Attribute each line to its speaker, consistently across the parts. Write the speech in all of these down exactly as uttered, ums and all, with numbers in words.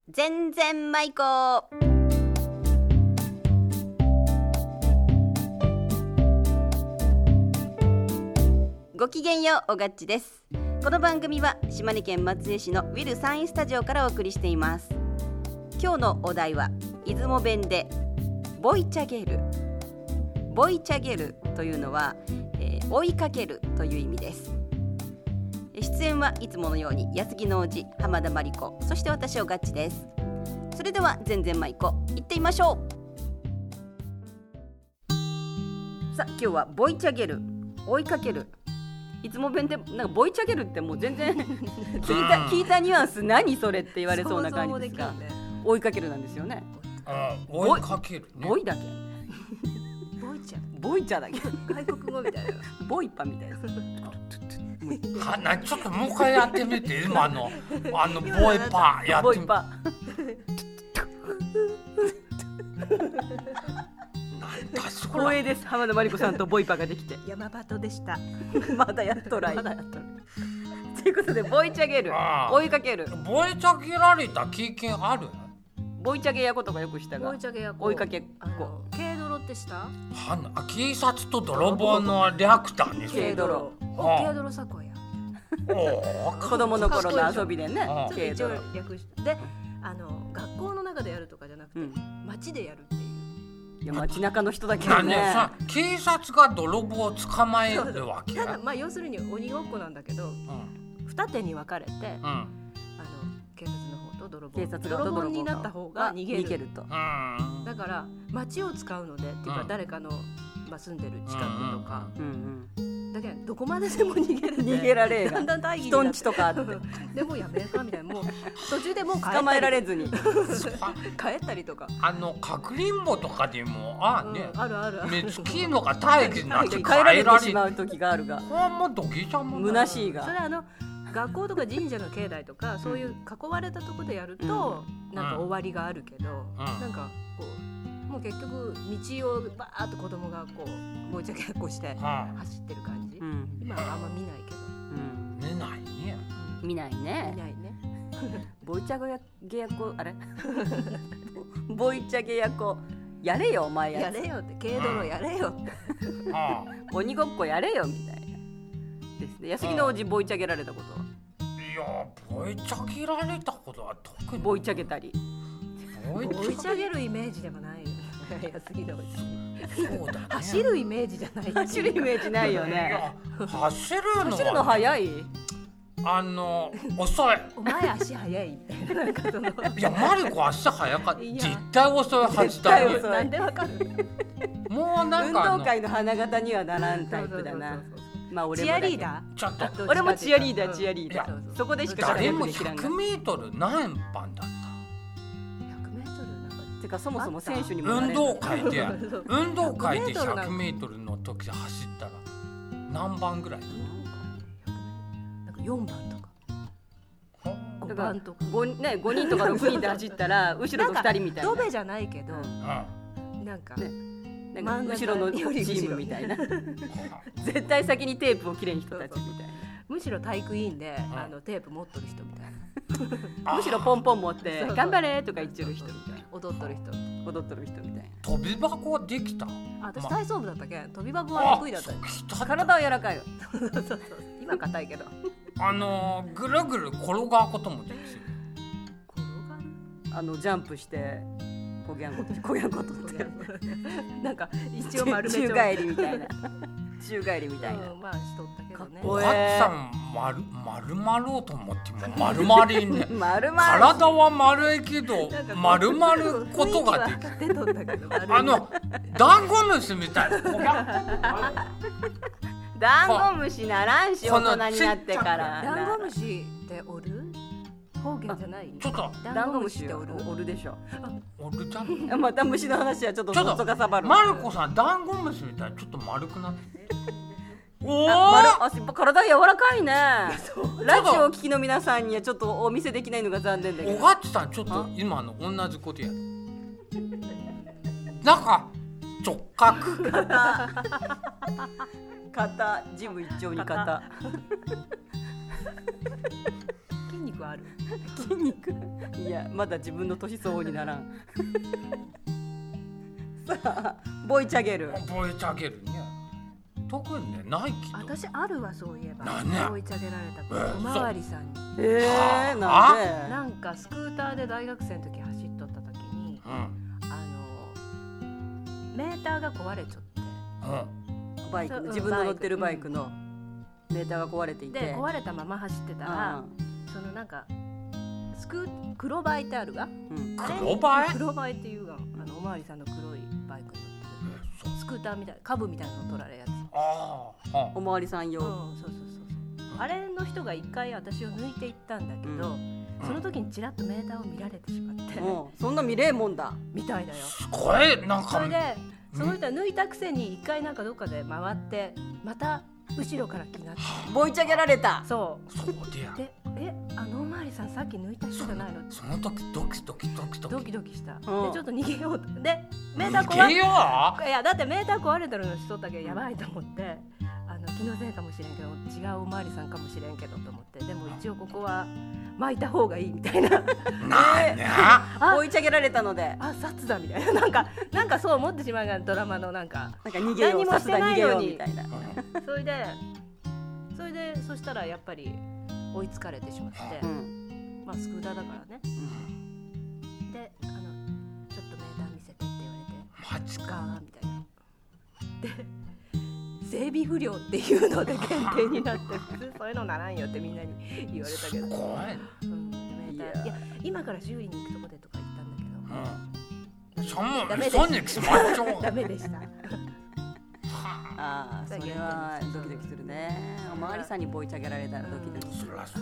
Speaker 1: 全然舞子。ごきげんよう、おがっちです。この番組は島根県松江市のウィルサインスタジオからお送りしています。今日のお題は出雲弁でボイチャゲル。ボイチャゲルというのは、えー、追いかけるという意味です。出演はいつものように安来の王子浜田真理子、そして私おがっちです。それでは全然舞子行ってみましょう。さあ今日はボイチャゲル、追いかける。いつも弁でなんかボイチャゲルってもう全然聞いた聞いたニュアンス何それって言われそうな感じですが、ね、追いかけるなんですよね。
Speaker 2: ああ、追いかけるね。
Speaker 1: ボイだけ
Speaker 3: ボイチャ
Speaker 1: ボイチャだけ
Speaker 3: 外国語みたいな
Speaker 1: ボイパみたいな
Speaker 2: はなちょっともう一回やってみて今のあのボイパやってみて。ボイパ光栄です。浜田真理子さんとボイパができて
Speaker 3: 山鳩でした
Speaker 1: まだやっとらいまだやっとらいということでボイチャゲる、追いかける。
Speaker 2: ボイチャゲられた経験ある？
Speaker 1: ボイチャゲやことかよくしたが、
Speaker 3: ボイチャゲやこ
Speaker 1: 追いかけっ
Speaker 3: こ。軽泥ってした？は
Speaker 2: な警察と泥棒の略だね。
Speaker 1: 軽泥。
Speaker 3: お軽泥作法や。
Speaker 2: お
Speaker 1: 子供の頃の遊びでね。
Speaker 3: 軽泥略してで、あの学校の中でやるとかじゃなくて、うん、街でやるっていう。
Speaker 1: いや街中の人だけどね。
Speaker 2: さ警察が泥棒を捕まえるわけ。
Speaker 3: ただまあ要するに鬼ごっこなんだけど、うん、二手に分かれて、うん、あの警察の方と泥棒。警察が泥棒になった方が逃げる。逃げると。うん、だから街を使うので、っていうか誰かの、まあ、住んでる近くとか。うんうん、だけどどこまででも逃げる、
Speaker 1: 逃げられる。
Speaker 3: だんだん大義に
Speaker 1: 人んちとかあって
Speaker 3: でもやめるかみたいな、もう途中でもう
Speaker 1: 捕まえられずに
Speaker 3: 帰ったりとか。
Speaker 2: あのかくれんぼとかでもあ、ね
Speaker 3: うん、あるあるある。
Speaker 2: 目つきのが大義になって帰
Speaker 1: られてしまう時があるが、
Speaker 2: これもドキちゃんも
Speaker 1: 虚しいが。
Speaker 3: それはあの学校とか神社の境内とかそういう囲われたところでやると、うん、なんか終わりがあるけど、うん、なんかこうもう結局道をバーッと子供がこうボイチャゲやっこして走ってる感じ、うん、今はあんま見ないけど、
Speaker 2: うん、見ないね、
Speaker 1: うん、見ないね
Speaker 3: 見ないね
Speaker 1: ボイチャゲやっこあれボイチャゲやっこやれよお前や
Speaker 3: やれよって軽泥やれよって
Speaker 1: 鬼ごっこやれよみたいなですね。安来の王子ボイチャゲられたことは？
Speaker 2: いやボイチャゲられたことは特に。
Speaker 1: ボイチャゲたり
Speaker 3: ボイチャゲるイメージでもないよ安来の王子。
Speaker 2: そうだね、
Speaker 3: 走るイメージじゃない。
Speaker 1: 走るイメージないよね。
Speaker 2: 走るのは、ね、
Speaker 1: 走るの早い。
Speaker 2: あの遅い。
Speaker 3: お前足早いみたいな。なんかその
Speaker 2: いやマリコ足早かった。絶対遅いはずだね。
Speaker 3: なんでわかる？
Speaker 2: もうなんか
Speaker 1: 運動会の花形にはならんタイプだな。まあ俺も
Speaker 3: チアリーダ
Speaker 2: ー。ちょっと
Speaker 1: 俺もチアリーダーチアリーダー。そこでしか
Speaker 2: 誰もひゃくメートル何番だった？
Speaker 3: ひゃくメートルなんか
Speaker 1: てかそもそも選手にも
Speaker 2: 運動会で運動会でひゃくメートルの時で走ったら何番ぐらい？
Speaker 3: なんかよんばんとかごばんとか
Speaker 1: ご、ね、ごにんとかろくにんで走ったら後ろとふたりみたいな。
Speaker 3: ドベじゃないけど、うん、なんか、ね、
Speaker 1: なんか後ろのチームみたいな絶対先にテープをきれいに人たちみたいな。
Speaker 3: むしろ体育委員であのテープ持っとる人みたい
Speaker 1: なむしろポンポン持って頑張れとか言ってる人みたいな。
Speaker 3: 踊っとる人
Speaker 1: 踊っとる人みたいな。
Speaker 2: 飛び箱はできた？
Speaker 3: あ、私体操部だったけん飛び箱は得意だった。
Speaker 1: 体は柔らかいよ
Speaker 3: そうそうそう今硬いけど
Speaker 2: あのー、ぐるぐる転がることもできる。
Speaker 3: 転がる？
Speaker 1: あのジャンプしてこぎゃんことこぎゃんことって
Speaker 3: なんか一応丸めちょ
Speaker 1: 宙返りみたいな宙返りみたいな、
Speaker 3: うん、まあしとったけどね。
Speaker 2: お母さん丸丸まろうと思っても丸まりね
Speaker 1: 丸ま
Speaker 2: 体は丸いけど丸まることができる。あのダンゴムシみたいな
Speaker 1: ダンゴムシならんし大人になってから。
Speaker 3: ダンゴムシっておる？方言じゃない？
Speaker 2: ちょっと
Speaker 1: ダンゴムシっておる？おるでしょ。
Speaker 2: おるじゃん。
Speaker 1: また虫の話はちょっとそっとかさばる。
Speaker 2: マルコさんダンゴムシみたいにちょっと丸くなって。
Speaker 1: おお。体柔らかいね。ラジオを聞きの皆さんにはちょっとお見せできないのが残念だけど。
Speaker 2: おがっちさんちょっと今の同じことやる。なんか直角。
Speaker 1: 肩。肩。ジム一丁に肩。
Speaker 3: 筋肉肉ある
Speaker 1: 筋肉いやまだ自分の年相応にならんさあボイチャゲル
Speaker 2: ボイチャゲルね特にねないけど
Speaker 3: 私あるわそういえば
Speaker 2: 何ね
Speaker 3: ボイチャゲられたことおまわりさんに
Speaker 1: えー、なんで
Speaker 3: なんかスクーターで大学生の時走っとった時に、うん、あのメーターが壊れちゃって、
Speaker 1: うん、バイク自分の乗ってるバイクのメーターが壊れていて
Speaker 3: で壊れたまま走ってたら、うん、そのなんかスクー黒バイってあるが、
Speaker 2: うん、黒バイ
Speaker 3: 黒バイっていうがあのおまわりさんの黒いバイクに乗ってる、うん、スクーターみたいな株みたいなの取られるやつ
Speaker 1: あおまわりさん用、うん、
Speaker 3: そうそうそうそうあれの人が一回私を抜いていったんだけど、うん、その時にちらっとメーターを見られてしまって、
Speaker 1: うん、そんな見れえもんだ
Speaker 3: みたいだよ
Speaker 2: すごいなんか
Speaker 3: それでその人は抜いたくせに一回なんかどっかで回ってまた後ろから来なって
Speaker 1: ボイチャゲられた
Speaker 3: そう
Speaker 2: そうでや
Speaker 3: でえあのおまわりさんさっき抜いた人じゃないの
Speaker 2: その時ドキドキドキドキ
Speaker 3: ドキドキした、うん、でちょっと逃げようとでメーター
Speaker 2: 壊れ
Speaker 3: いやだってメーター壊れてるのしとったけどやばいと思ってあの気のせいかもしれんけど違うおまわりさんかもしれんけどと思ってでも一応ここは巻いた方がいいみたいななん
Speaker 1: や追いちゃげられたので
Speaker 3: あ殺だみたいななんかなんかそう思ってしまうがドラマのなんか
Speaker 1: なんか逃げよう
Speaker 3: 何もしてないのに
Speaker 1: みたいな
Speaker 3: それでそれでそしたらやっぱり追いつかれてしまって、うん、まあスクーターだからね、うん、であのちょっとメーター見せてって言われて
Speaker 2: マジ
Speaker 3: かみたいなで整備不良っていうので限定になって普通そういうのならんよってみんなに言われたけど
Speaker 2: すごい、
Speaker 3: うん、メーターいや今から修理に行くとこでとか言ったんだけど、
Speaker 2: うん、
Speaker 3: ダメでしたダメでした
Speaker 1: ああそれはドキドキするねおまわりさんにボイチャゲられたらドキドキする、
Speaker 3: うん、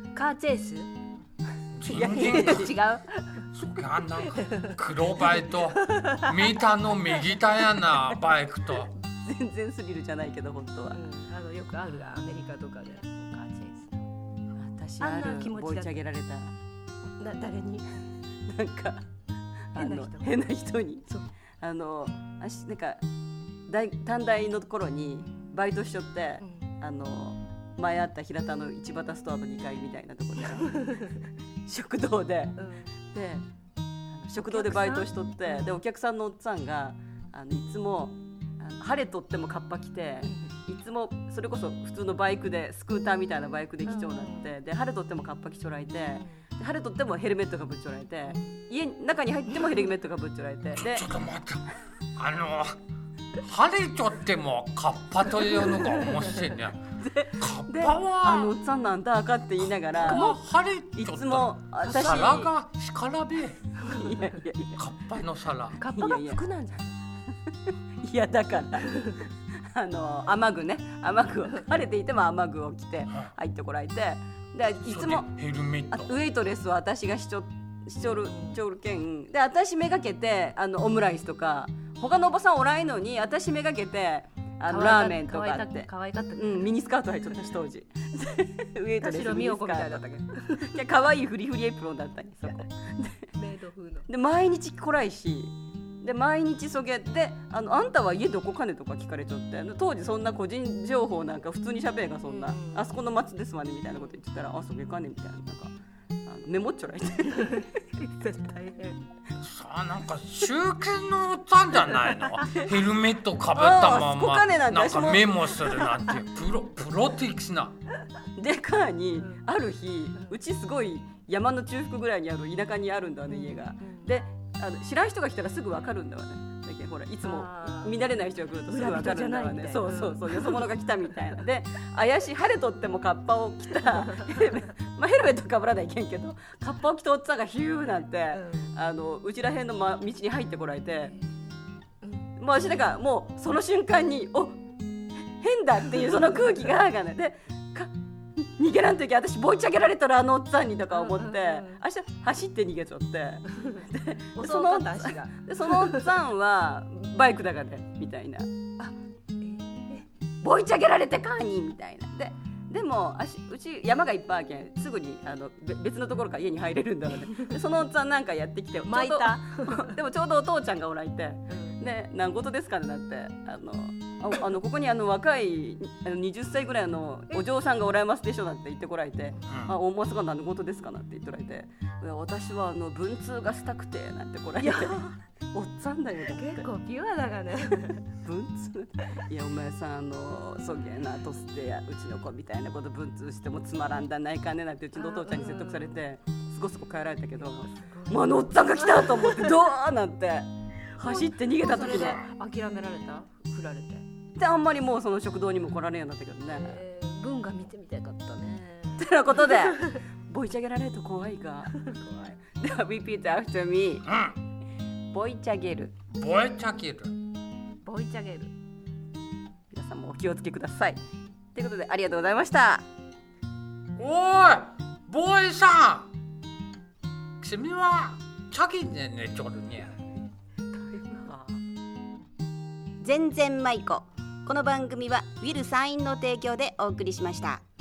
Speaker 3: カーチェイス
Speaker 2: 全然違
Speaker 3: う
Speaker 2: そりゃなんか黒バイと見たの右タイヤなバイクと
Speaker 1: 全然スリルじゃないけど本当は、うん、
Speaker 3: あのよくあるがアメリカとかでカーチェイ
Speaker 1: ス私あるボイチャゲられた
Speaker 3: な誰に
Speaker 1: なんか変な人変な人にあのあしなんか大短大の頃にバイトしちゃって、うん、あの前あった平田の市畑ストアのにかいみたいなところで食堂で、うん、であの食堂でバイトしとってでお客さんのおっさんがあのいつもあの晴れとってもカッパ着ていつもそれこそ普通のバイクでスクーターみたいなバイクで来ちゃうなってで晴れとってもカッパ着ちょられてで晴れとってもヘルメットかぶっちょられて家の中に入ってもヘルメットかぶっちょられてで
Speaker 2: ちょっと待ってあの晴れとってもカッパというのが面白いねカッパは
Speaker 1: あのおっさんなんだかって言いながら
Speaker 2: 晴れと
Speaker 1: いつも私
Speaker 2: 皿がしからべいや
Speaker 1: いやいや
Speaker 2: カッパの皿
Speaker 3: カッパが服なんじゃない
Speaker 1: いやだからあの雨具ね雨具を晴れていても雨具を着て入ってこられてでいつも
Speaker 2: ヘルメット
Speaker 1: ウェイトレスを私がしちょしちょるちょるけんで私めがけてあのオムライスとか他のおばさんおらんのに私めがけてあのラーメンとかって
Speaker 3: 可愛かった、
Speaker 1: うん、ミニスカート入っちゃったし当時ウェイトレスミニスカート
Speaker 3: みたいだったけど
Speaker 1: いや可愛いフリフリエプロンだったにそこ
Speaker 3: メイド風の
Speaker 1: で毎日来らいしで毎日そげてあのあんたは家どこかねとか聞かれちゃって当時そんな個人情報なんか普通にしゃべるがそんな、うん、あそこの松ですわねみたいなこと言ってたらあそげかねみたいななんかあのメモっちょらいて
Speaker 3: 大変
Speaker 2: さあなんか集権のおっさんじゃないのヘルメットかぶったまんまなんかメモするなんてプロプロ的な
Speaker 1: でかにある日うちすごい山の中腹ぐらいにある田舎にあるんだわね家がであの知らん人が来たらすぐ分かるんだわねだけどほらいつも見慣れない人が来るとすぐ分かるんだわねそうそうそうよそ者が来たみたいなで怪しい晴れとってもカッパを着たヘルメットまあヘルメットかぶらないけんけどカッパを着たおっさんがヒューなんて、うん、あのうちらへんの、ま、道に入ってこられて、うん、もう私なんかもうその瞬間にお変だっていうその空気ががねでか逃げらんとき私ボイチャゲられたらあのおっさんにとか思って、うんうんうん、明日走って逃げちゃってでそのでそのおっさんはバイクだからねみたいなあ、えー、ボイチャゲられてかにみたいなででもうち山がいっぱいあるけんすぐにあの別のところから家に入れるんだろうねでそのおっさんなんかやってきて
Speaker 3: 巻いた
Speaker 1: でもちょうどお父ちゃんがおらいてで何事ですかねだってあの あ, あのここにあの若いあのにじゅっさいぐらいのお嬢さんがおられますでしょなんて言ってこられて、うん、あおまさか何事ですかなって言ってこられて、私はあの文通がしたくてなんてこられておっさんだよ
Speaker 3: 結構ピュアだがね
Speaker 1: 文通いやお前さんあのそげえなとしてうちの子みたいなこと文通してもつまらんだないかねなんてうちのお父ちゃんに説得されてすごすご帰られたけど、もうあのおっさんが来たと思ってドーンなんて走って逃げた時に
Speaker 3: 諦められた振られて
Speaker 1: であんまりもうその食堂にも来られるようになったけどね、
Speaker 3: えー、文が見てみたかったね
Speaker 1: ってなことでボイチャゲられると怖いが怖いでは Repeat after me、うん、ボイチャゲる
Speaker 2: ボイチャゲる
Speaker 3: ボイチャゲる
Speaker 1: 皆さんもお気をつけくださいということでありがとうございました。
Speaker 2: おいボイさん君はチャゲで寝ちょるね
Speaker 1: 全然舞子。この番組はウィルサインの提供でお送りしました。